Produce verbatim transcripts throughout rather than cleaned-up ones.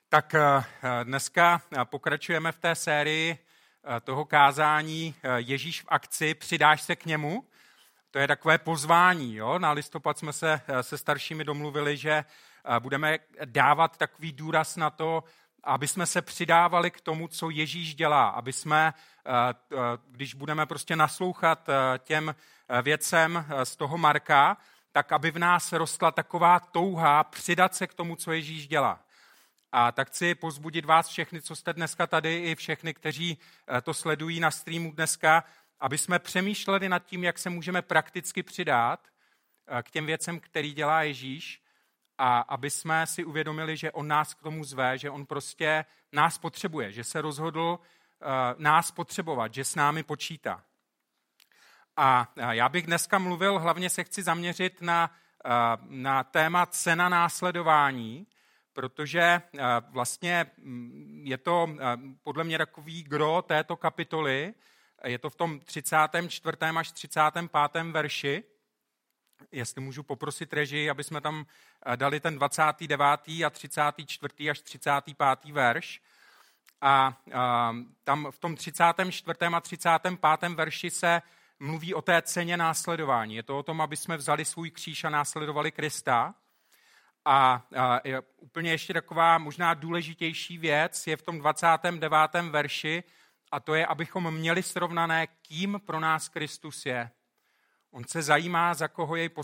Tak dneska pokračujeme v té sérii toho kázání Ježíš v akci, přidáš se k němu. To je takové pozvání. Jo? Na listopad jsme se se staršími domluvili, že budeme dávat takový důraz na to, aby jsme se přidávali k tomu, co Ježíš dělá, aby jsme, když budeme prostě naslouchat těm věcem z toho Marka, tak aby v nás rostla taková touha přidat se k tomu, co Ježíš dělá. A tak chci povzbudit vás všechny, co jste dneska tady, i všechny, kteří to sledují na streamu dneska, aby jsme přemýšleli nad tím, jak se můžeme prakticky přidat k těm věcem, který dělá Ježíš, a aby jsme si uvědomili, že on nás k tomu zve, že on prostě nás potřebuje, že se rozhodl nás potřebovat, že s námi počítá. A já bych dneska mluvil, hlavně se chci zaměřit na, na téma cena následování, protože vlastně je to podle mě takový gro této kapitoly, je to v tom třicátém čtvrtém až třicátém pátém verši. Jestli můžu poprosit režii, aby jsme tam dali ten dvacátý devátý a třicátý čtvrtý až třicátý pátý verš. A tam v tom třicátém čtvrtém a třicátém pátém verši se mluví o té ceně následování. Je to o tom, aby jsme vzali svůj kříž a následovali Krista. A je úplně ještě taková možná důležitější věc je v tom dvacátém devátém verši, a to je, abychom měli srovnané, kým pro nás Kristus je. On se zajímá, za koho jej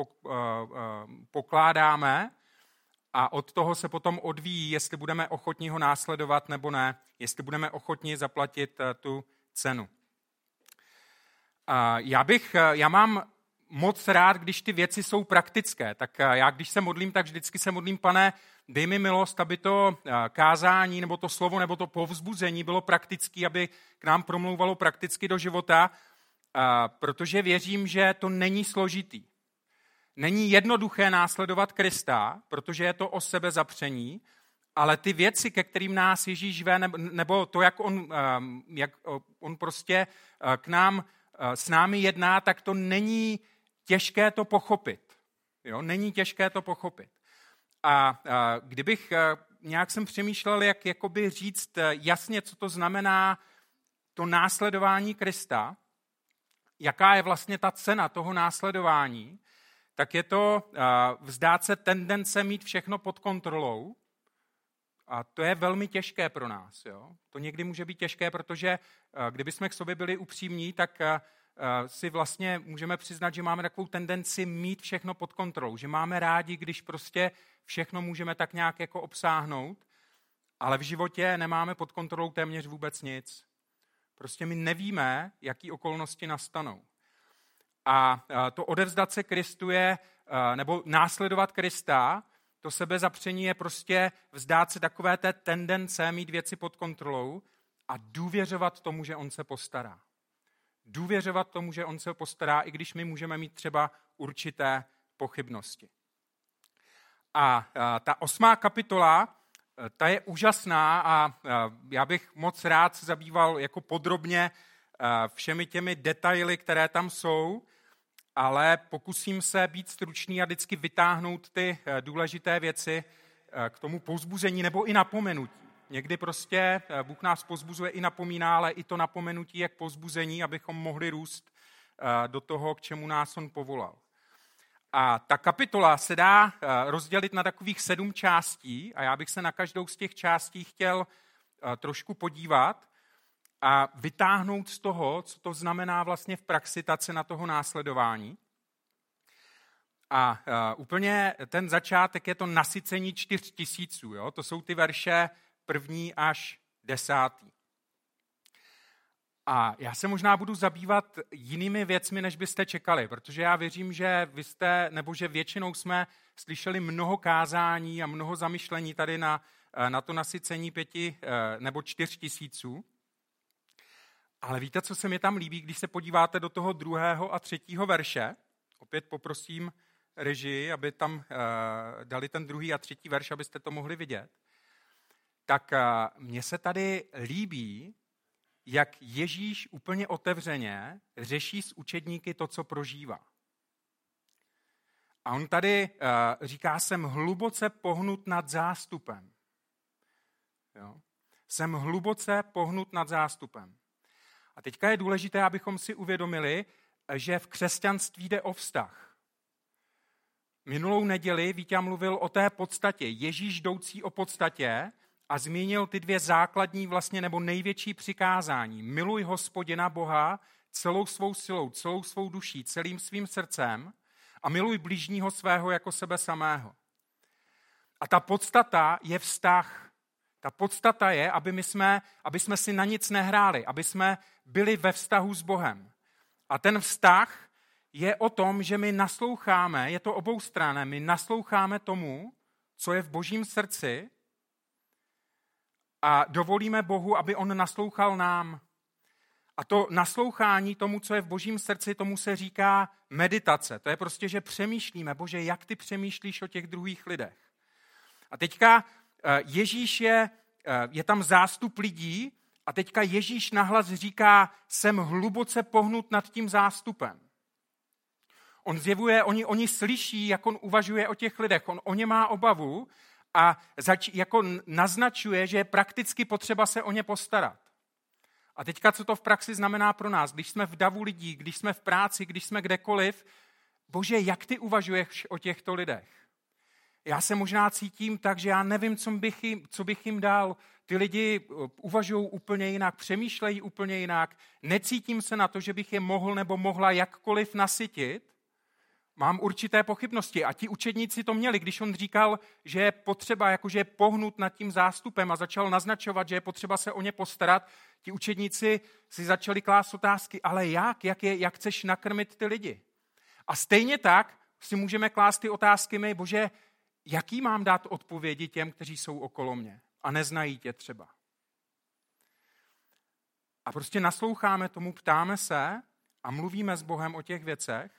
pokládáme, a od toho se potom odvíjí, jestli budeme ochotni ho následovat nebo ne, jestli budeme ochotni zaplatit tu cenu. Já bych, já mám moc rád, když ty věci jsou praktické. Tak já, když se modlím, tak vždycky se modlím, Pane, dej mi milost, aby to kázání, nebo to slovo, nebo to povzbuzení bylo praktické, aby k nám promlouvalo prakticky do života, protože věřím, že to není složitý. Není jednoduché následovat Krista, protože je to o sebe zapření, ale ty věci, ke kterým nás Ježíš ve, nebo to, jak on, jak on prostě k nám, s námi jedná, tak to není těžké to pochopit. Jo? Není těžké to pochopit. A, a kdybych a, nějak jsem přemýšlel, jak jakoby říct jasně, co to znamená to následování Krista, jaká je vlastně ta cena toho následování, tak je to a, vzdát se tendence mít všechno pod kontrolou. A to je velmi těžké pro nás. Jo? To někdy může být těžké, protože a, kdybychom k sobě byli upřímní, tak a, si vlastně můžeme přiznat, že máme takovou tendenci mít všechno pod kontrolou, že máme rádi, když prostě všechno můžeme tak nějak jako obsáhnout, ale v životě nemáme pod kontrolou téměř vůbec nic. Prostě my nevíme, jaký okolnosti nastanou. A to odevzdat se Kristu je, nebo následovat Krista, to sebezapření je prostě vzdát se takové té tendence mít věci pod kontrolou a důvěřovat tomu, že on se postará. Důvěřovat tomu, že on se postará, i když my můžeme mít třeba určité pochybnosti. A ta osmá kapitola, ta je úžasná a já bych moc rád se zabýval jako podrobně všemi těmi detaily, které tam jsou, ale pokusím se být stručný a vždycky vytáhnout ty důležité věci k tomu povzbuzení nebo i napomenutí. Někdy prostě Bůh nás povzbuzuje i napomíná, ale i to napomenutí je k povzbuzení, abychom mohli růst do toho, k čemu nás on povolal. A ta kapitola se dá rozdělit na takových sedm částí a já bych se na každou z těch částí chtěl trošku podívat a vytáhnout z toho, co to znamená vlastně v praxi ta cena toho následování. A úplně ten začátek je to nasycení čtyř tisíců. Jo? To jsou ty verše první až desátý. A já se možná budu zabývat jinými věcmi, než byste čekali, protože já věřím, že vy jste, nebo že většinou jsme slyšeli mnoho kázání a mnoho zamyšlení tady na, na to nasycení pěti nebo čtyř tisíců. Ale víte, co se mi tam líbí, když se podíváte do toho druhého a třetího verše? Opět poprosím režii, aby tam dali ten druhý a třetí verš, abyste to mohli vidět. Tak mně se tady líbí, jak Ježíš úplně otevřeně řeší s učedníky to, co prožívá. A on tady říká, jsem hluboce pohnut nad zástupem. Jo? Jsem hluboce pohnut nad zástupem. A teďka je důležité, abychom si uvědomili, že v křesťanství jde o vztah. Minulou neděli Vítě mluvil o té podstatě, Ježíš jdoucí o podstatě a zmínil ty dvě základní vlastně nebo největší přikázání. Miluj Hospodina Boha celou svou silou, celou svou duší, celým svým srdcem a miluj bližního svého jako sebe samého. A ta podstata je vztah. Ta podstata je, aby, my jsme, aby jsme si na nic nehráli, aby jsme byli ve vztahu s Bohem. A ten vztah je o tom, že my nasloucháme, je to oboustranné, my nasloucháme tomu, co je v Božím srdci a dovolíme Bohu, aby on naslouchal nám. A to naslouchání tomu, co je v Božím srdci, tomu se říká meditace. To je prostě, že přemýšlíme, Bože, jak ty přemýšlíš o těch druhých lidech. A teďka Ježíš je, je tam zástup lidí a teďka Ježíš nahlas říká, jsem hluboce pohnut nad tím zástupem. On zjevuje, oni, oni slyší, jak on uvažuje o těch lidech, on o ně má obavu a zač, jako naznačuje, že je prakticky potřeba se o ně postarat. A teďka, co to v praxi znamená pro nás, když jsme v davu lidí, když jsme v práci, když jsme kdekoliv, Bože, jak ty uvažuješ o těchto lidech? Já se možná cítím tak, že já nevím, co bych jim, co bych jim dal. Ty lidi uvažují úplně jinak, přemýšlejí úplně jinak. Necítím se na to, že bych je mohl nebo mohla jakkoliv nasytit. Mám určité pochybnosti. A ti učedníci to měli, když on říkal, že je potřeba, jakože je pohnut nad tím zástupem a začal naznačovat, že je potřeba se o ně postarat. Ti učedníci si začali klást otázky, ale jak? Jak, je, jak chceš nakrmit ty lidi? A stejně tak si můžeme klást ty otázky my, Bože, jaký mám dát odpovědi těm, kteří jsou okolo mě a neznají tě třeba. A prostě nasloucháme tomu, ptáme se a mluvíme s Bohem o těch věcech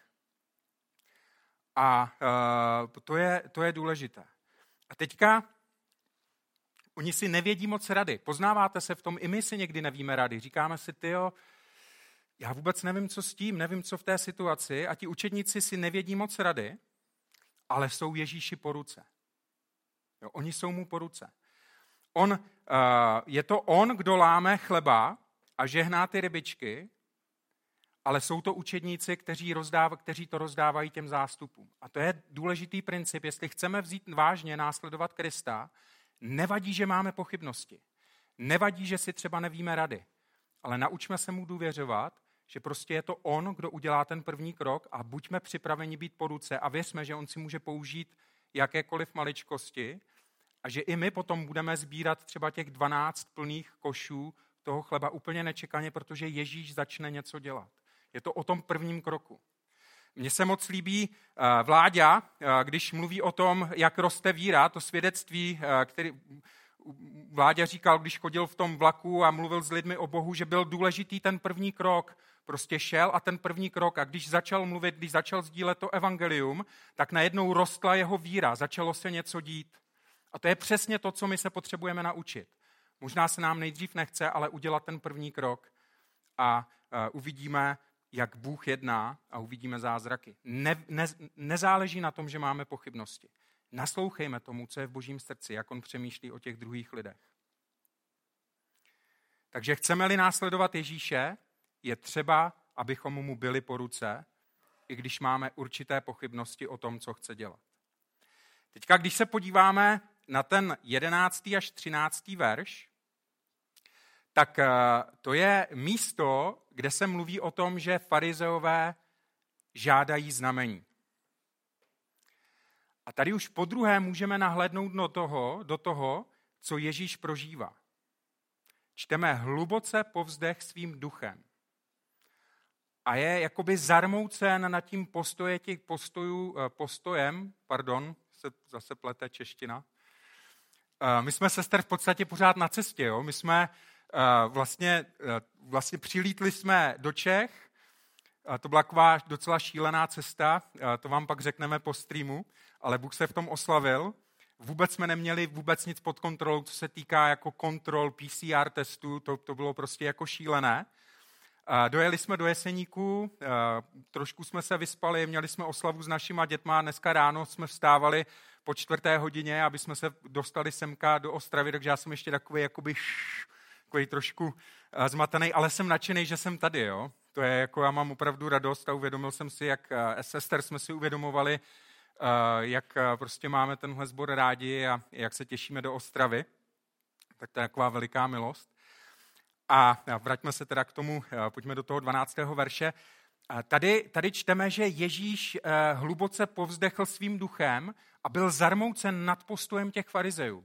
a uh, to, je, to je důležité. A teďka oni si nevědí moc rady. Poznáváte se v tom, i my si někdy nevíme rady. Říkáme si, tyjo, já vůbec nevím, co s tím, nevím, co v té situaci a ti učedníci si nevědí moc rady, ale jsou Ježíši po ruce. Jo, oni jsou mu po ruce. On, uh, je to on, kdo láme chleba a žehná ty rybičky, ale jsou to učedníci, kteří, rozdáv, kteří to rozdávají těm zástupům. A to je důležitý princip. Jestli chceme vzít vážně následovat Krista, nevadí, že máme pochybnosti. Nevadí, že si třeba nevíme rady. Ale naučme se mu důvěřovat, že prostě je to on, kdo udělá ten první krok a buďme připraveni být po ruce a věřme, že on si může použít jakékoliv maličkosti a že i my potom budeme sbírat třeba těch dvanáct plných košů toho chleba úplně nečekaně, protože Ježíš začne něco dělat. Je to o tom prvním kroku. Mně se moc líbí Vláďa, když mluví o tom, jak roste víra, to svědectví, který Vláďa říkal, když chodil v tom vlaku a mluvil s lidmi o Bohu, že byl důležitý ten první krok. Prostě šel a ten první krok a když začal mluvit, když začal sdílet to evangelium, tak najednou rostla jeho víra, začalo se něco dít. A to je přesně to, co my se potřebujeme naučit. Možná se nám nejdřív nechce, ale udělat ten první krok a uvidíme, jak Bůh jedná a uvidíme zázraky. Ne, ne, nezáleží na tom, že máme pochybnosti. Naslouchejme tomu, co je v Božím srdci, jak on přemýšlí o těch druhých lidech. Takže chceme-li následovat Ježíše, je třeba, abychom mu byli po ruce, i když máme určité pochybnosti o tom, co chce dělat. Teďka, když se podíváme na ten jedenáctý až třináctý verš, tak to je místo, kde se mluví o tom, že farizeové žádají znamení. A tady už podruhé můžeme nahlédnout do toho, do toho, co Ježíš prožívá. Čteme hluboce povzdech svým duchem. A je jakoby zarmoucen nad tím postoje těch postojů, postojem, pardon, se zase plete čeština. My jsme, sester, v podstatě pořád na cestě. Jo? My jsme vlastně, vlastně přilítli jsme do Čech. To byla taková docela šílená cesta, to vám pak řekneme po streamu, ale Bůh se v tom oslavil. Vůbec jsme neměli vůbec nic pod kontrolou, co se týká jako kontrol, P C R testů, to, to bylo prostě jako šílené. Dojeli jsme do Jeseníku, trošku jsme se vyspali, měli jsme oslavu s našima dětma, dneska ráno jsme vstávali po čtvrté hodině, aby jsme se dostali semka do Ostravy, takže já jsem ještě takový jakoby š, takový trošku zmatený, ale jsem nadšený, že jsem tady, jo. To je jako, já mám opravdu radost a uvědomil jsem si, jak s Ester jsme si uvědomovali, jak prostě máme tenhle sbor rádi a jak se těšíme do Ostravy. Tak to je taková veliká milost. A vraťme se teda k tomu, pojďme do toho dvanáctého verše. Tady, tady čteme, že Ježíš hluboce povzdechl svým duchem a byl zarmoucen nad postojem těch farizejů.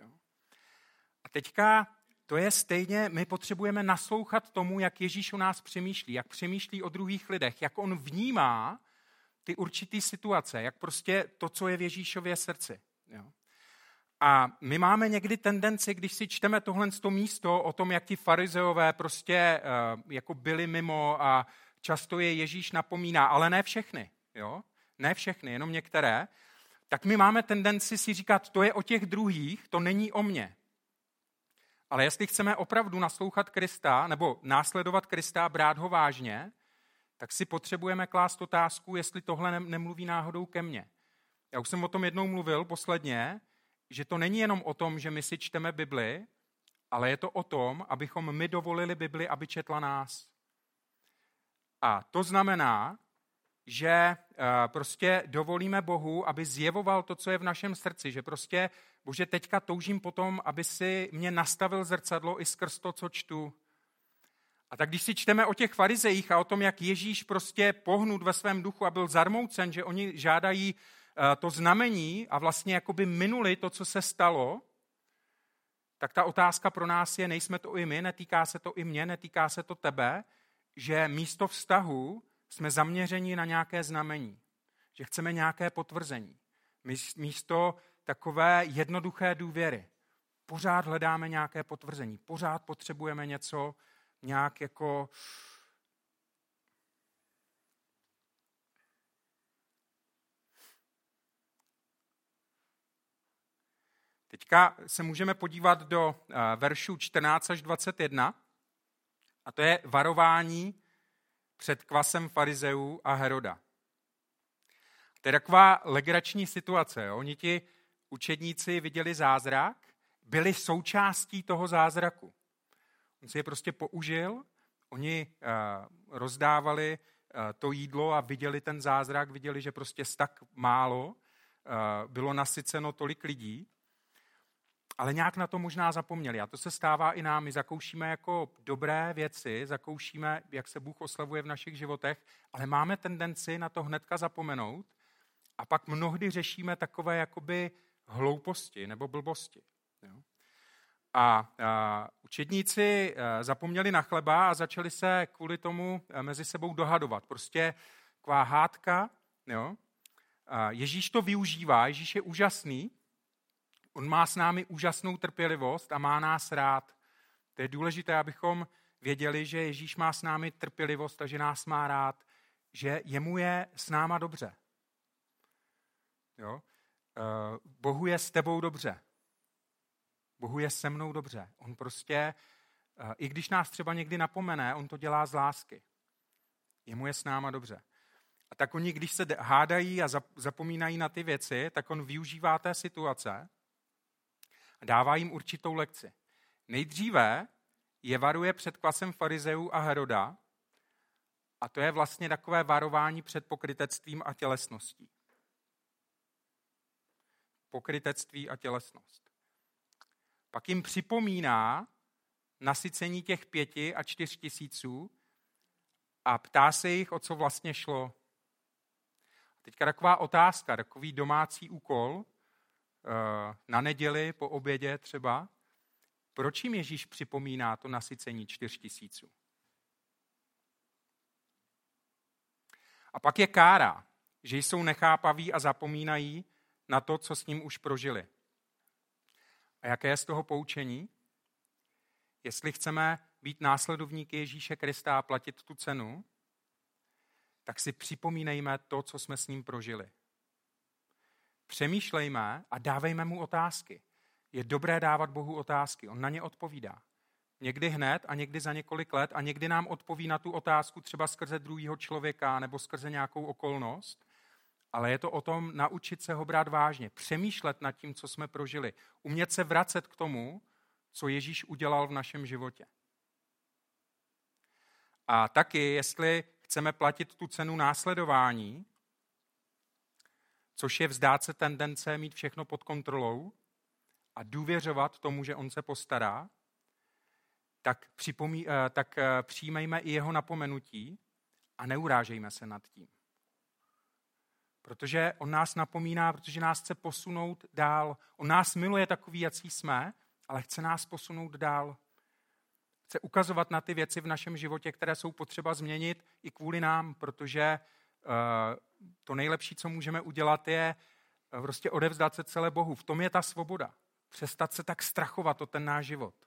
A teďka to je stejně, my potřebujeme naslouchat tomu, jak Ježíš o nás přemýšlí, jak přemýšlí o druhých lidech, jak on vnímá ty určitý situace, jak prostě to, co je v Ježíšově srdci. Jo. A my máme někdy tendenci, když si čteme tohle to místo o tom, jak ti farizeové prostě uh, jako byli mimo a často je Ježíš napomíná, ale ne všechny, jo? Ne všechny, jenom některé, tak my máme tendenci si říkat, to je o těch druhých, to není o mně. Ale jestli chceme opravdu naslouchat Krista nebo následovat Krista a brát ho vážně, tak si potřebujeme klást otázku, jestli tohle nemluví náhodou ke mně. Já už jsem o tom jednou mluvil posledně, že to není jenom o tom, že my si čteme Bibli, ale je to o tom, abychom my dovolili Bibli, aby četla nás. A to znamená, že prostě dovolíme Bohu, aby zjevoval to, co je v našem srdci, že prostě, Bože, teďka toužím potom, aby si mě nastavil zrcadlo i skrz to, co čtu. A tak když si čteme o těch farizejích a o tom, jak Ježíš prostě pohnut ve svém duchu a byl zarmoucen, že oni žádají to znamení a vlastně jakoby minuli to, co se stalo, tak ta otázka pro nás je, nejsme to i my, netýká se to i mě, netýká se to tebe, že místo vztahu jsme zaměřeni na nějaké znamení, že chceme nějaké potvrzení. Místo takové jednoduché důvěry. Pořád hledáme nějaké potvrzení, pořád potřebujeme něco nějak jako... Teďka se můžeme podívat do veršů čtrnáct až dvacet jedna a to je varování před kvasem farizeů a Heroda. To je taková legrační situace. Jo? Oni ti učedníci viděli zázrak, byli součástí toho zázraku. On si je prostě použil, oni uh, rozdávali uh, to jídlo a viděli ten zázrak, viděli, že prostě z tak málo uh, bylo nasyceno tolik lidí, ale nějak na to možná zapomněli. A to se stává i nám. My zakoušíme jako dobré věci, zakoušíme, jak se Bůh oslavuje v našich životech, ale máme tendenci na to hnedka zapomenout a pak mnohdy řešíme takové jakoby hlouposti nebo blbosti. Jo? A, a učedníci zapomněli na chleba a začali se kvůli tomu mezi sebou dohadovat. Prostě taková hádka. Jo? A Ježíš to využívá, Ježíš je úžasný, on má s námi úžasnou trpělivost a má nás rád. To je důležité, abychom věděli, že Ježíš má s námi trpělivost a že nás má rád, že jemu je s náma dobře. Jo? Bohu je s tebou dobře. Bohu je se mnou dobře. On prostě, i když nás třeba někdy napomene, on to dělá z lásky. Jemu je s náma dobře. A tak oni, když se hádají a zapomínají na ty věci, tak on využívá té situace a dává jim určitou lekci. Nejdříve je varuje před kvasem farizeů a Heroda a to je vlastně takové varování před pokrytectvím a tělesností. Pokrytectví a tělesnost. Pak jim připomíná nasycení těch pěti a čtyř tisíců a ptá se jich, o co vlastně šlo. Teďka taková otázka, takový domácí úkol na neděli po obědě třeba. Proč jim Ježíš připomíná to nasycení čtyř tisíců? A pak je kára, že jsou nechápaví a zapomínají na to, co s ním už prožili. A jaké je z toho poučení? Jestli chceme být následovníky Ježíše Krista a platit tu cenu, tak si připomínejme to, co jsme s ním prožili. Přemýšlejme a dávejme mu otázky. Je dobré dávat Bohu otázky, on na ně odpovídá. Někdy hned a někdy za několik let a někdy nám odpoví na tu otázku třeba skrze druhého člověka nebo skrze nějakou okolnost, ale je to o tom naučit se ho brát vážně, přemýšlet nad tím, co jsme prožili, umět se vracet k tomu, co Ježíš udělal v našem životě. A taky, jestli chceme platit tu cenu následování, což je vzdát se tendence mít všechno pod kontrolou a důvěřovat tomu, že on se postará, tak, připomí, tak přijmejme i jeho napomenutí a neurážejme se nad tím. Protože on nás napomíná, protože nás chce posunout dál. On nás miluje takový, jací jsme, ale chce nás posunout dál. Chce ukazovat na ty věci v našem životě, které jsou potřeba změnit i kvůli nám, protože uh, to nejlepší, co můžeme udělat, je uh, prostě odevzdat se celé Bohu. V tom je ta svoboda. Přestat se tak strachovat o ten náš život.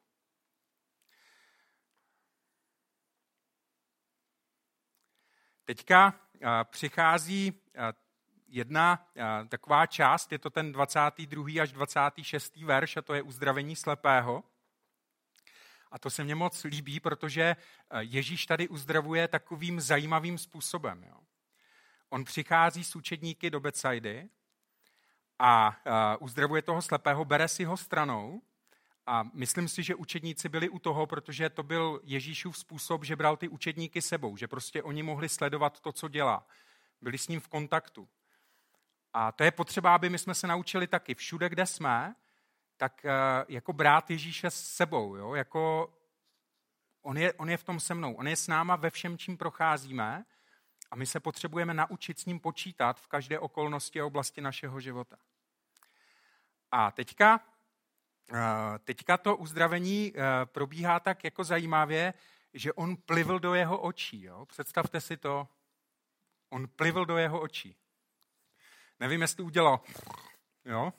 Teďka uh, přichází uh, jedna uh, taková část, je to ten dvacátý druhý až dvacátý šestý verš, a to je uzdravení slepého. A to se mně moc líbí, protože Ježíš tady uzdravuje takovým zajímavým způsobem. Jo. On přichází s učedníky do Betsaidy a uzdravuje toho slepého, bere si ho stranou a myslím si, že učedníci byli u toho, protože to byl Ježíšův způsob, že bral ty učedníky sebou, že prostě oni mohli sledovat to, co dělá. Byli s ním v kontaktu. A to je potřeba, aby my jsme se naučili taky všude, kde jsme, tak jako brát Ježíše s sebou, jo? Jako on je, on je v tom se mnou, on je s náma ve všem, čím procházíme a my se potřebujeme naučit s ním počítat v každé okolnosti a oblasti našeho života. A teďka, teďka to uzdravení probíhá tak jako zajímavě, že on plivl do jeho očí. Jo? Představte si to, on plivl do jeho očí. Nevím, jestli udělal, jo?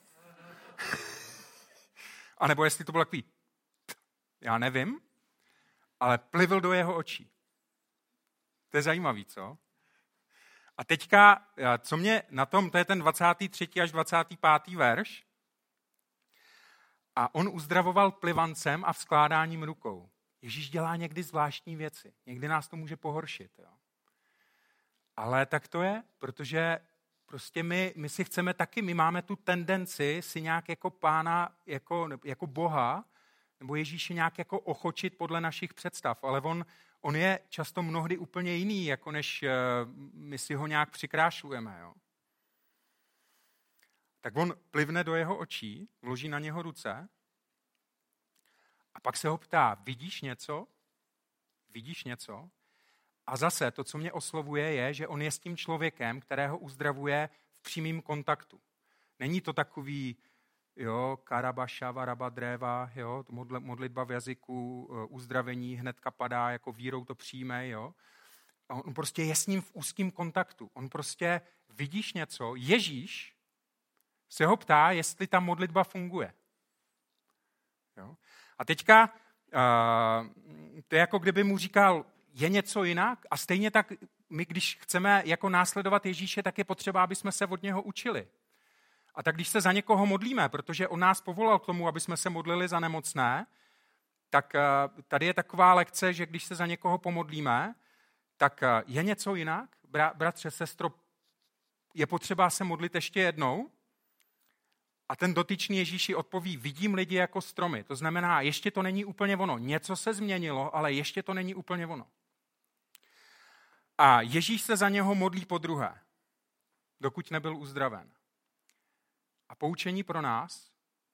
A nebo jestli to bylo takový, já nevím, ale plivl do jeho očí. To je zajímavý, co? A teďka, co mě na tom, to je ten dvacátý třetí až dvacátý pátý verš, a on uzdravoval plivancem a vzkládáním rukou. Ježíš dělá někdy zvláštní věci, někdy nás to může pohoršit. Jo? Ale tak to je, protože prostě my, my si chceme taky, my máme tu tendenci si nějak jako pána, jako, jako Boha, nebo Ježíše nějak jako ochočit podle našich představ, ale on, on je často mnohdy úplně jiný, jako než my si ho nějak přikrášlujeme. Jo? Tak on plivne do jeho očí, vloží na něho ruce a pak se ho ptá, vidíš něco? Vidíš něco? A zase to, co mě oslovuje, je, že on je s tím člověkem, kterého uzdravuje v přímém kontaktu. Není to takový, jo, karabaša, varaba, dréva, jo, modlitba v jazyku, uzdravení hnedka padá, jako vírou to přijme, jo. A on prostě je s ním v úzkém kontaktu. On prostě, vidíš něco? Ježíš se ho ptá, jestli ta modlitba funguje. Jo. A teďka, uh, to je jako kdyby mu říkal, je něco jinak? A stejně tak my, když chceme jako následovat Ježíše, tak je potřeba, aby jsme se od něho učili. A tak když se za někoho modlíme, protože on nás povolal k tomu, aby jsme se modlili za nemocné, tak tady je taková lekce, že když se za někoho pomodlíme, tak je něco jinak? Bratře, sestro, je potřeba se modlit ještě jednou? A ten dotyčný Ježíši odpoví, vidím lidi jako stromy. To znamená, ještě to není úplně ono. Něco se změnilo, ale ještě to není úplně ono. A Ježíš se za něho modlí podruhé, dokud nebyl uzdraven. A poučení pro nás,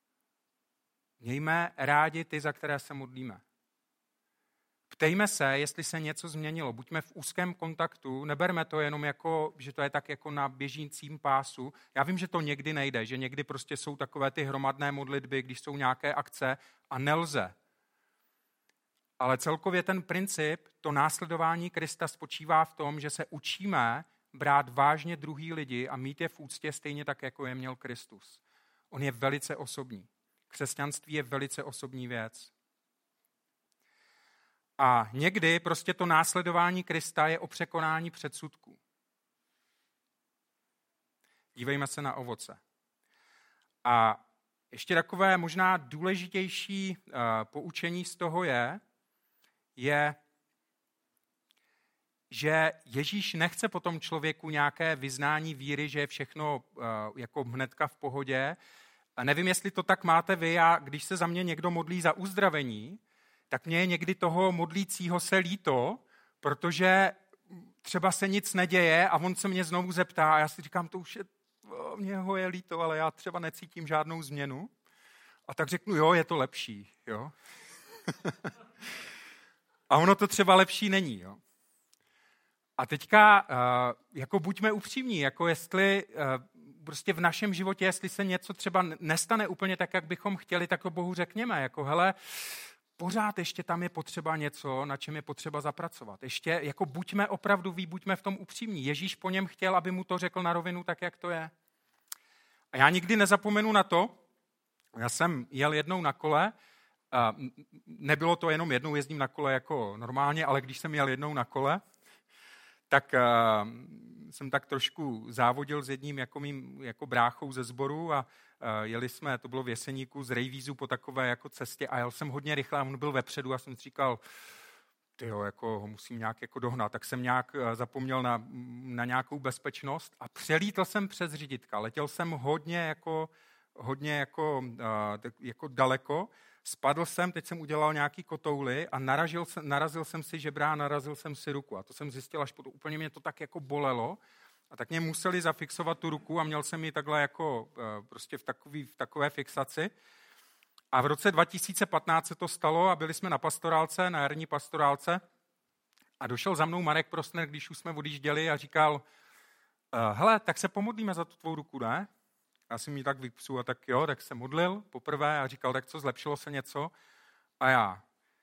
mějme rádi ty, za které se modlíme. Ptejme se, jestli se něco změnilo. Buďme v úzkém kontaktu, neberme to jenom jako, že to je tak jako na běžícím pásu. Já vím, že to někdy nejde, že někdy prostě jsou takové ty hromadné modlitby, když jsou nějaké akce a nelze. Ale celkově ten princip, to následování Krista spočívá v tom, že se učíme brát vážně druhý lidi a mít je v úctě stejně tak, jako je měl Kristus. On je velice osobní. Křesťanství je velice osobní věc. A někdy prostě to následování Krista je o překonání předsudků. Dívejme se na ovoce. A ještě takové možná důležitější uh, poučení z toho je, je, že Ježíš nechce po tom člověku nějaké vyznání víry, že je všechno uh, jako hnedka v pohodě. A nevím, jestli to tak máte vy, a když se za mě někdo modlí za uzdravení, tak mě je někdy toho modlícího se líto, protože třeba se nic neděje a on se mě znovu zeptá a já si říkám, to už je, mě ho je líto, ale já třeba necítím žádnou změnu. A tak řeknu, jo, je to lepší, jo. A ono to třeba lepší není, jo. A teďka jako buďme upřímní, jako jestli prostě v našem životě, jestli se něco třeba nestane úplně tak, jak bychom chtěli, tak to Bohu řekněme, jako hele, pořád ještě tam je potřeba něco, na čem je potřeba zapracovat. Ještě jako buďme opravdoví, buďme v tom upřímní. Ježíš po něm chtěl, aby mu to řekl na rovinu tak, jak to je. A já nikdy nezapomenu na to, já jsem jel jednou na kole, a nebylo to jenom jednou, jezdím na kole jako normálně, ale když jsem jel jednou na kole, tak uh, jsem tak trošku závodil s jedním jako mým jako bráchou ze sboru a uh, jeli jsme, to bylo v Jeseníku, z Rejvízu po takové jako cestě a jel jsem hodně rychle a on byl vepředu a jsem si říkal, tyjo, jako ho musím nějak jako dohnat, tak jsem nějak uh, zapomněl na, na nějakou bezpečnost a přelítl jsem přes říditka, letěl jsem hodně jako, hodně jako, uh, tak, jako daleko, spadl jsem, teď jsem udělal nějaký kotouly a narazil jsem, narazil jsem si žebra a narazil jsem si ruku. A to jsem zjistil, až potom úplně mě to tak jako bolelo. A tak mě museli zafixovat tu ruku a měl jsem ji takhle jako prostě v, takový, v takové fixaci. A v roce dva tisíce patnáct se to stalo a byli jsme na pastorálce, na jarní pastorálce. A došel za mnou Marek Prostner, když už jsme odjížděli a říkal, hele, tak se pomodlíme za tu tvou ruku, ne? Já jsem jí tak vypsu a tak jo, tak se modlil poprvé a říkal, tak co, zlepšilo se něco? A já,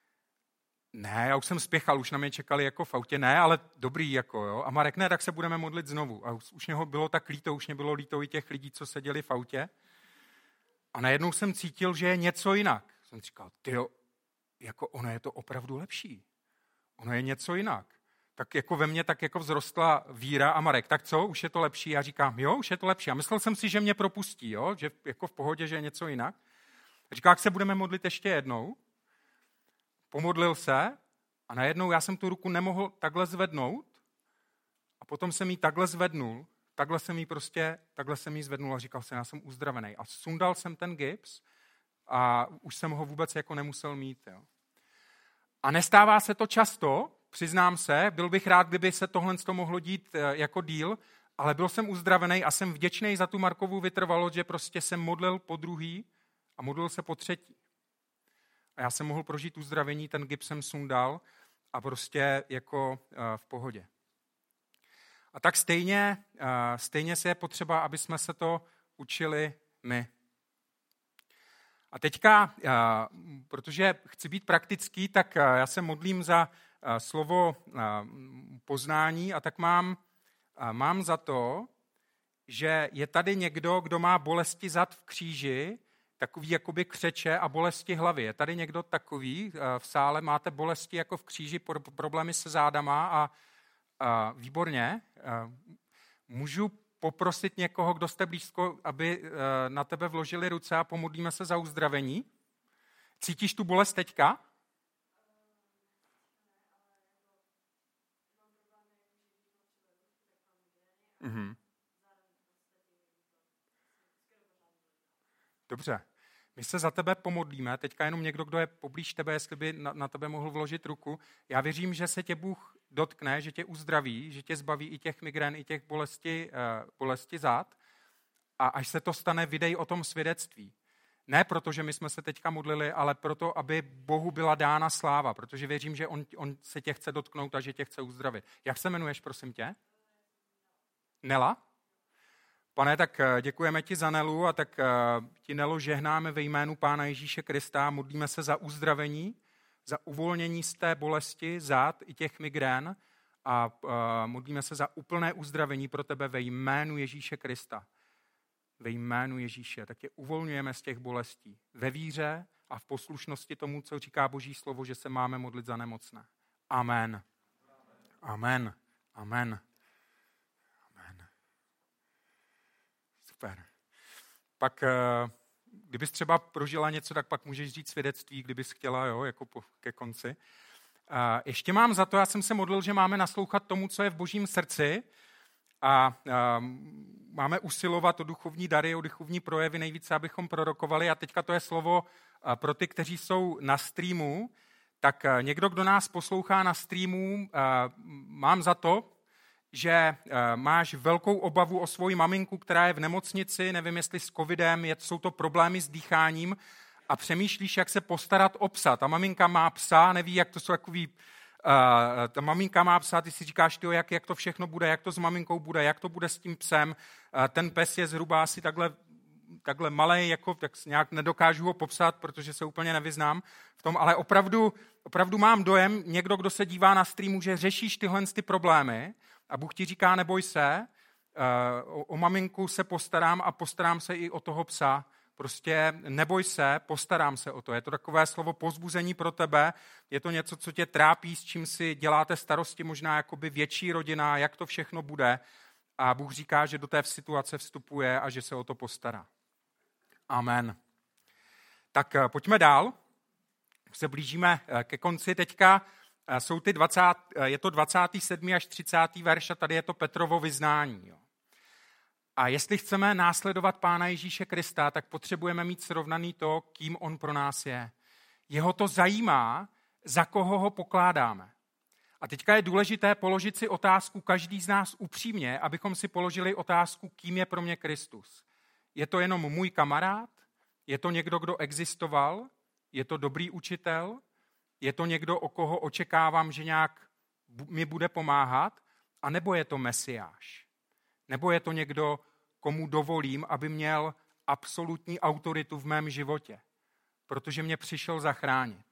ne, já už jsem spěchal, už na mě čekali jako v autě, ne, ale dobrý jako jo. A Marek, ne, tak se budeme modlit znovu. A už, už něho bylo tak líto, už mě bylo líto i těch lidí, co seděli v autě. A najednou jsem cítil, že je něco jinak. Jsem říkal, tyjo, jako ono je to opravdu lepší. Ono je něco jinak. Tak jako ve mně tak jako vzrostla víra a Marek, tak co, už je to lepší? Já říkám, jo, už je to lepší. A myslel jsem si, že mě propustí, jo, že jako v pohodě, že je něco jinak. A říká, jak se budeme modlit ještě jednou. Pomodlil se a najednou já jsem tu ruku nemohl takhle zvednout a potom jsem jí takhle zvednul, takhle jsem jí prostě, takhle jsem jí zvednul a říkal jsem, já jsem uzdravený. A sundal jsem ten gips a už jsem ho vůbec jako nemusel mít, jo. A nestává se to často, přiznám se, byl bych rád, kdyby se tohle mohlo dít jako díl, ale byl jsem uzdravený a jsem vděčný za tu Markovu vytrvalost, že prostě jsem modlil po druhý a modlil se po třetí. A já jsem mohl prožít uzdravení, ten gips jsem sundal a prostě jako v pohodě. A tak stejně, stejně se je potřeba, aby jsme se to učili my. A teďka, protože chci být praktický, tak já se modlím za slovo poznání a tak mám, mám za to, že je tady někdo, kdo má bolesti zad v kříži, takový jakoby křeče a bolesti hlavy. Je tady někdo takový v sále, máte bolesti jako v kříži, problémy se zádama a, a výborně. Můžu poprosit někoho, kdo jste blízko, aby na tebe vložili ruce a pomodlíme se za uzdravení? Cítíš tu bolest teďka? Mhm. Dobře. My se za tebe pomodlíme. Teďka jenom někdo, kdo je poblíž tebe, jestli by na, na tebe mohl vložit ruku. Já věřím, že se tě Bůh dotkne, že tě uzdraví, že tě zbaví i těch migrén, i těch bolesti, uh, bolesti zád. A až se to stane, vydej o tom svědectví. Ne proto, že my jsme se teďka modlili, ale proto, aby Bohu byla dána sláva, protože věřím, že on, on se tě chce dotknout a že tě chce uzdravit. Jak se jmenuješ, prosím tě? Nela? Pane, tak děkujeme ti za Nelu a tak ti, Nelo, žehnáme ve jménu Pána Ježíše Krista. Modlíme se za uzdravení, za uvolnění z té bolesti zád i těch migrén a modlíme se za úplné uzdravení pro tebe ve jménu Ježíše Krista. Ve jménu Ježíše. Tak je uvolňujeme z těch bolestí. Ve víře a v poslušnosti tomu, co říká Boží slovo, že se máme modlit za nemocné. Amen. Amen. Amen. Super. Pak, kdybys třeba prožila něco, tak pak můžeš říct svědectví, kdybys chtěla, jo, jako po, ke konci. ještě mám za to, já jsem se modlil, že máme naslouchat tomu, co je v Božím srdci a máme usilovat o duchovní dary, o duchovní projevy nejvíce, abychom prorokovali. A teďka to je slovo pro ty, kteří jsou na streamu. Tak někdo, kdo nás poslouchá na streamu, mám za to, že máš velkou obavu o svoji maminku, která je v nemocnici, nevím, jestli s covidem, jsou to problémy s dýcháním a přemýšlíš, jak se postarat o psa. Ta maminka má psa, neví, jak to jsou takový, uh, ta maminka má psa, ty si říkáš, tyjo, jak, jak to všechno bude, jak to s maminkou bude, jak to bude s tím psem. Uh, ten pes je zhruba asi takhle, takhle malej, jako, tak nějak nedokážu ho popsat, protože se úplně nevyznám v tom, ale opravdu, opravdu mám dojem, někdo, kdo se dívá na streamu, že řešíš tyhle ty problémy a Bůh ti říká, neboj se, uh, o, o maminku se postarám a postarám se i o toho psa. Prostě neboj se, postarám se o to. Je to takové slovo povzbuzení pro tebe, je to něco, co tě trápí, s čím si děláte starosti, možná jakoby větší rodina, jak to všechno bude. A Bůh říká, že do té situace vstupuje a že se o to postará. Amen. Tak pojďme dál. Se blížíme ke konci. Teďka jsou ty dvacet, je to dvacátý sedmý až třicátý verš a tady je to Petrovo vyznání. Jo. A jestli chceme následovat Pána Ježíše Krista, tak potřebujeme mít srovnaný to, kým on pro nás je. Jeho to zajímá, za koho ho pokládáme. A teďka je důležité položit si otázku každý z nás upřímně, abychom si položili otázku, kým je pro mě Kristus. Je to jenom můj kamarád? Je to někdo, kdo existoval? Je to dobrý učitel? Je to někdo, o koho očekávám, že nějak mi bude pomáhat? A nebo je to Mesiáš? Nebo je to někdo, komu dovolím, aby měl absolutní autoritu v mém životě, protože mě přišel zachránit.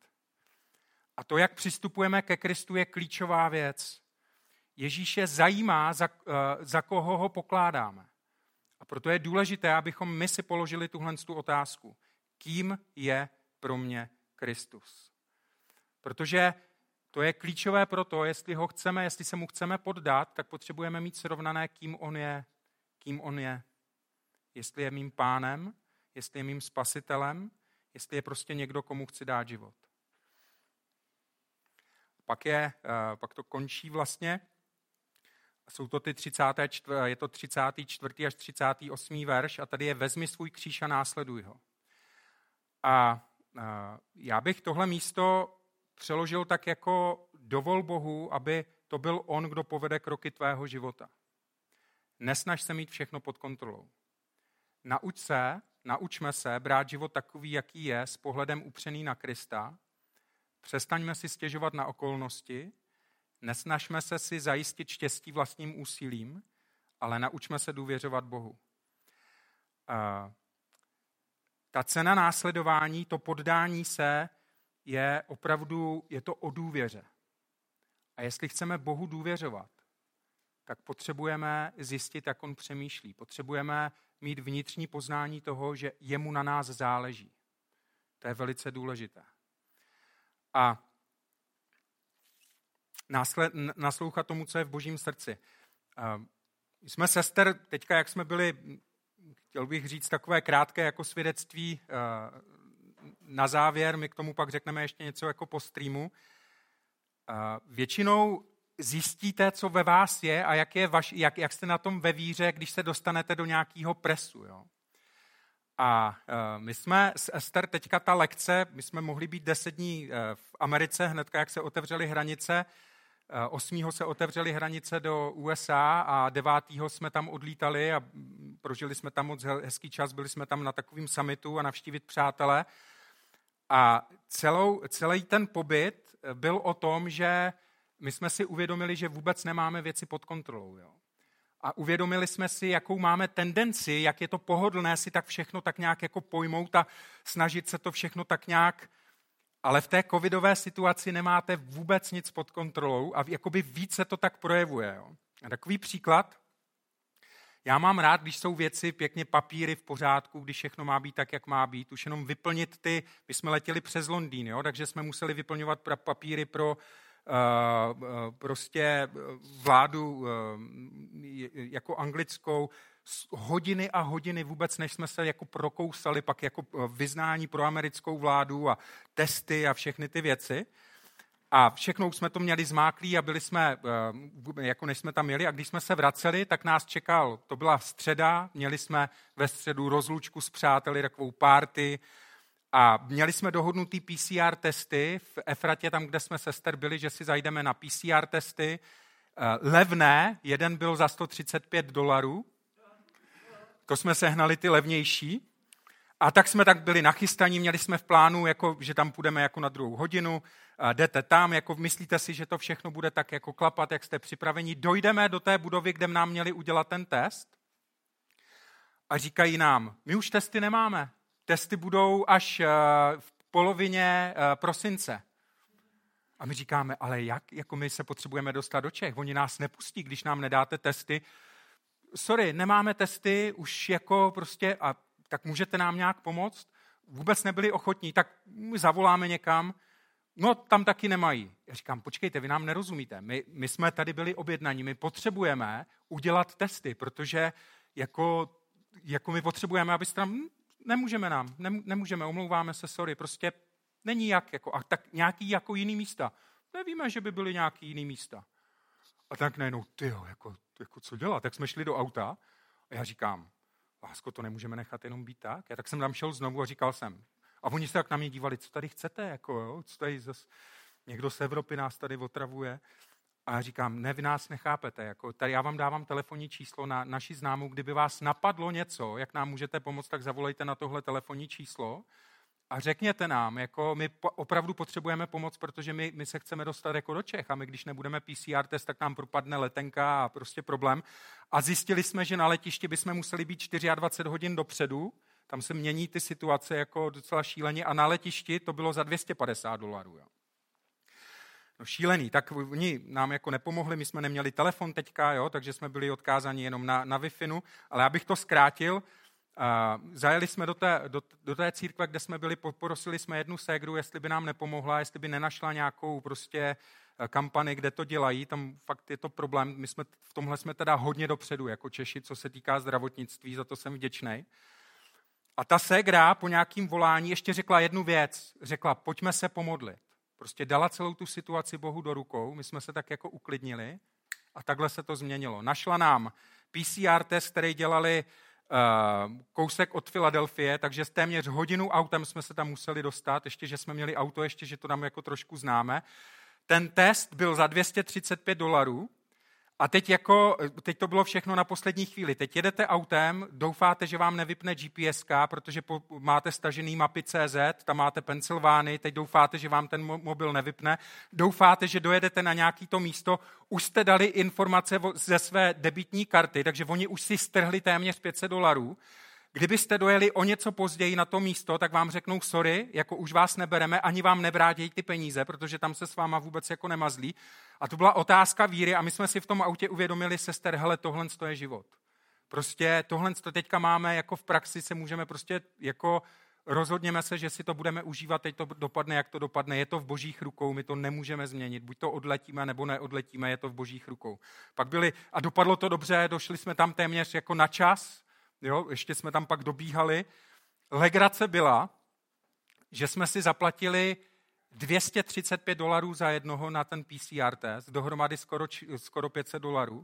A to, jak přistupujeme ke Kristu, je klíčová věc. Ježíše zajímá, za, za koho ho pokládáme. A proto je důležité, abychom my si položili tuhle tu otázku. Kým je pro mě Kristus? Protože to je klíčové pro to, jestli ho chceme, jestli se mu chceme poddat, tak potřebujeme mít srovnané, kým on je. Kým on je. Jestli je mým pánem, jestli je mým spasitelem, jestli je prostě někdo, komu chci dát život. Pak, je, pak to končí vlastně. Jsou to ty třicáté, je to třicátý čtvrtý až třicátý osmý verš a tady je vezmi svůj kříž a následuj ho. A já bych tohle místo přeložil tak jako dovol Bohu, aby to byl on, kdo povede kroky tvého života. Nesnaž se mít všechno pod kontrolou. Nauč se, naučme se brát život takový, jaký je, s pohledem upřený na Krista. Přestaňme si stěžovat na okolnosti, nesnažme se si zajistit štěstí vlastním úsilím, ale naučme se důvěřovat Bohu. Ta cena následování, to poddání se, je opravdu, je to o důvěře. A jestli chceme Bohu důvěřovat, tak potřebujeme zjistit, jak on přemýšlí. Potřebujeme mít vnitřní poznání toho, že jemu na nás záleží. To je velice důležité. A násled, naslouchat tomu, co je v Božím srdci. My jsme s Ester, teďka jak jsme byli, chtěl bych říct takové krátké jako svědectví na závěr, my k tomu pak řekneme ještě něco jako po streamu. Většinou zjistíte, co ve vás je a jak, je vaš, jak, jak jste na tom ve víře, když se dostanete do nějakého presu. Jo? A my jsme s Ester teďka ta lekce, my jsme mohli být deset dní v Americe, hnedka jak se otevřely hranice, osmého se otevřely hranice do U S A a devátého jsme tam odlítali a prožili jsme tam moc hezký čas, byli jsme tam na takovým summitu a navštívit přátele. A celou, celý ten pobyt byl o tom, že my jsme si uvědomili, že vůbec nemáme věci pod kontrolou. Jo? A uvědomili jsme si, jakou máme tendenci, jak je to pohodlné si tak všechno tak nějak jako pojmout a snažit se to všechno tak nějak, ale v té covidové situaci nemáte vůbec nic pod kontrolou a jakoby víc se to tak projevuje. Jo? A takový příklad, já mám rád, když jsou věci, pěkně papíry v pořádku, když všechno má být tak, jak má být. Už jenom vyplnit ty, my jsme letěli přes Londýn, jo? Takže jsme museli vyplňovat papíry pro uh, prostě vládu uh, jako anglickou, hodiny a hodiny vůbec, než jsme se jako prokousali, pak jako vyznání pro americkou vládu a testy a všechny ty věci. A všechno už jsme to měli zmáklý a byli jsme, jako než jsme tam jeli, a když jsme se vraceli, tak nás čekal, to byla středa, měli jsme ve středu rozlučku s přáteli, takovou party a měli jsme dohodnutý P C R testy v Efratě, tam, kde jsme sester byli, že si zajdeme na P C R testy. Levné, jeden byl za sto třicet pět dolarů, to jsme sehnali ty levnější. A tak jsme tak byli nachystaní, měli jsme v plánu, jako, že tam půjdeme jako na druhou hodinu, jdete tam, jako myslíte si, že to všechno bude tak jako klapat, jak jste připraveni. Dojdeme do té budovy, kde nám měli udělat ten test a říkají nám, my už testy nemáme, testy budou až v polovině prosince. A my říkáme, ale jak, jako my se potřebujeme dostat do Čech, oni nás nepustí, když nám nedáte testy. Sorry, nemáme testy, už jako prostě, a tak můžete nám nějak pomoct? Vůbec nebyli ochotní, tak my zavoláme někam, no tam taky nemají. Já říkám, počkejte, vy nám nerozumíte, my, my jsme tady byli objednaní, my potřebujeme udělat testy, protože jako, jako my potřebujeme, abyste tam, nemůžeme nám, nemůžeme, omlouváme se, sorry, prostě není jak, jako, a tak nějaký jako jiný místa. Nevíme, že by byly nějaký jiný místa. A tak najednou, tyjo, jako, jako co dělat? Tak jsme šli do auta a já říkám, lásko, to nemůžeme nechat jenom být tak. Já tak jsem tam šel znovu a říkal jsem. A oni se tak na mě dívali, co tady chcete, jako, jo? Co tady zas, někdo z Evropy nás tady otravuje. A já říkám, ne, vy nás nechápete, jako, tady já vám dávám telefonní číslo na naši známou, kdyby vás napadlo něco, jak nám můžete pomoct, tak zavolejte na tohle telefonní číslo a řekněte nám, jako my opravdu potřebujeme pomoc, protože my, my se chceme dostat jako do Čech a my, když nebudeme P C R test, tak nám propadne letenka a prostě problém. A zjistili jsme, že na letišti bychom museli být dvacet čtyři hodin dopředu, tam se mění ty situace jako docela šíleně a na letišti to bylo za dvě stě padesát dolarů. Jo. No šílený, tak oni nám jako nepomohli, my jsme neměli telefon teďka, jo, takže jsme byli odkázáni jenom na, na Wi-Fi, ale abych to zkrátil, Uh, zajeli jsme do té, do, do té církve, kde jsme byli, poprosili jsme jednu ségru, jestli by nám nepomohla, jestli by nenašla nějakou prostě kampani, kde to dělají, tam fakt je to problém, my jsme v tomhle jsme teda hodně dopředu, jako Češi, co se týká zdravotnictví, za to jsem vděčnej. A ta ségra po nějakým volání ještě řekla jednu věc, řekla, pojďme se pomodlit. Prostě dala celou tu situaci Bohu do rukou, my jsme se tak jako uklidnili a takhle se to změnilo. Našla nám P C R test, který dělali Uh, kousek od Filadelfie, takže s téměř hodinu autem jsme se tam museli dostat, ještě, že jsme měli auto, ještě, že to tam jako trošku známe. Ten test byl za dvě stě třicet pět dolarů a teď, jako, teď to bylo všechno na poslední chvíli. Teď jedete autem, doufáte, že vám nevypne G P S ka, protože po, máte stažený mapy C Z, tam máte Pensylvánii, teď doufáte, že vám ten mobil nevypne, doufáte, že dojedete na nějaký to místo, už jste dali informace ze své debitní karty, takže oni už si strhli téměř pět set dolarů. Kdybyste dojeli o něco později na to místo, tak vám řeknou sorry, jako už vás nebereme, ani vám nevrátějí ty peníze, protože tam se s váma vůbec jako nemazlí. A to byla otázka víry a my jsme si v tom autě uvědomili, sester, hele, tohle je život. Prostě tohle teďka máme jako v praxi, se můžeme prostě jako rozhodněme se, že si to budeme užívat, teď to dopadne, jak to dopadne, je to v božích rukou, my to nemůžeme změnit, buď to odletíme, nebo neodletíme, je to v božích rukou. Pak byli, a dopadlo to dobře, došli jsme tam téměř jako na čas, jo, ještě jsme tam pak dobíhali. Legrace byla, že jsme si zaplatili dvě stě třicet pět dolarů za jednoho na ten P C R test, dohromady skoro, skoro pět set dolarů.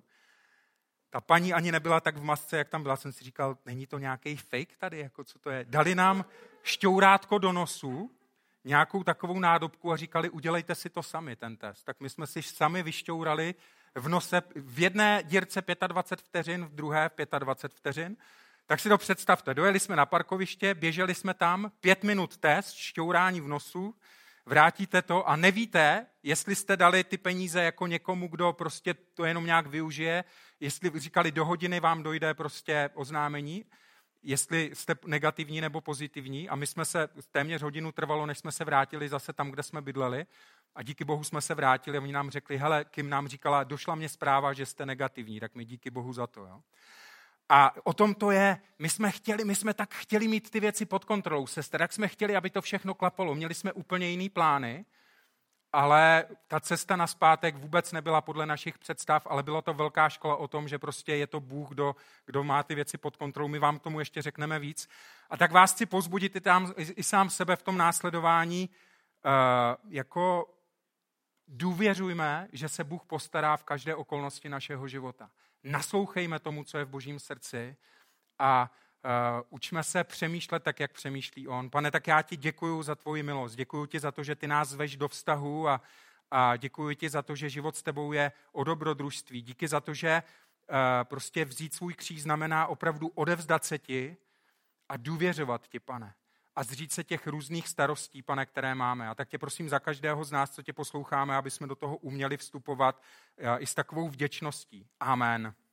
Ta paní ani nebyla tak v masce, jak tam byla, jsem si říkal, není to nějaký fake tady, jako co to je. Dali nám šťourátko do nosu, nějakou takovou nádobku a říkali, udělejte si to sami, ten test. Tak my jsme si sami vyšťourali v nose, v jedné dírce dvacet pět vteřin, v druhé dvacet pět vteřin. Tak si to představte, dojeli jsme na parkoviště, běželi jsme tam, pět minut test, šťourání v nosu, vrátíte to a nevíte, jestli jste dali ty peníze jako někomu, kdo prostě to jenom nějak využije, jestli říkali do hodiny vám dojde prostě oznámení, jestli jste negativní nebo pozitivní a my jsme se, téměř hodinu trvalo, než jsme se vrátili zase tam, kde jsme bydleli a díky Bohu jsme se vrátili a oni nám řekli, hele, Kim nám říkala, došla mě zpráva, že jste negativní, tak mi díky Bohu za to, jo. A o tom to je, my jsme chtěli, my jsme tak chtěli mít ty věci pod kontrolou, sester, jak jsme chtěli, aby to všechno klapalo. Měli jsme úplně jiný plány, ale ta cesta nazpátek vůbec nebyla podle našich představ, ale byla to velká škola o tom, že prostě je to Bůh, kdo, kdo má ty věci pod kontrolou. My vám k tomu ještě řekneme víc. A tak vás chci povzbudit i, tam, i sám sebe v tom následování, uh, jako důvěřujme, že se Bůh postará v každé okolnosti našeho života. Naslouchejme tomu, co je v Božím srdci a uh, učme se přemýšlet tak, jak přemýšlí on. Pane, tak já ti děkuju za tvoji milost. Děkuju ti za to, že ty nás zveš do vztahu a, a děkuju ti za to, že život s tebou je o dobrodružství. Díky za to, že uh, prostě vzít svůj kříž znamená opravdu odevzdat se ti a důvěřovat ti, Pane. A zříct se těch různých starostí, Pane, které máme. A tak tě prosím za každého z nás, co tě posloucháme, aby jsme do toho uměli vstupovat i s takovou vděčností. Amen.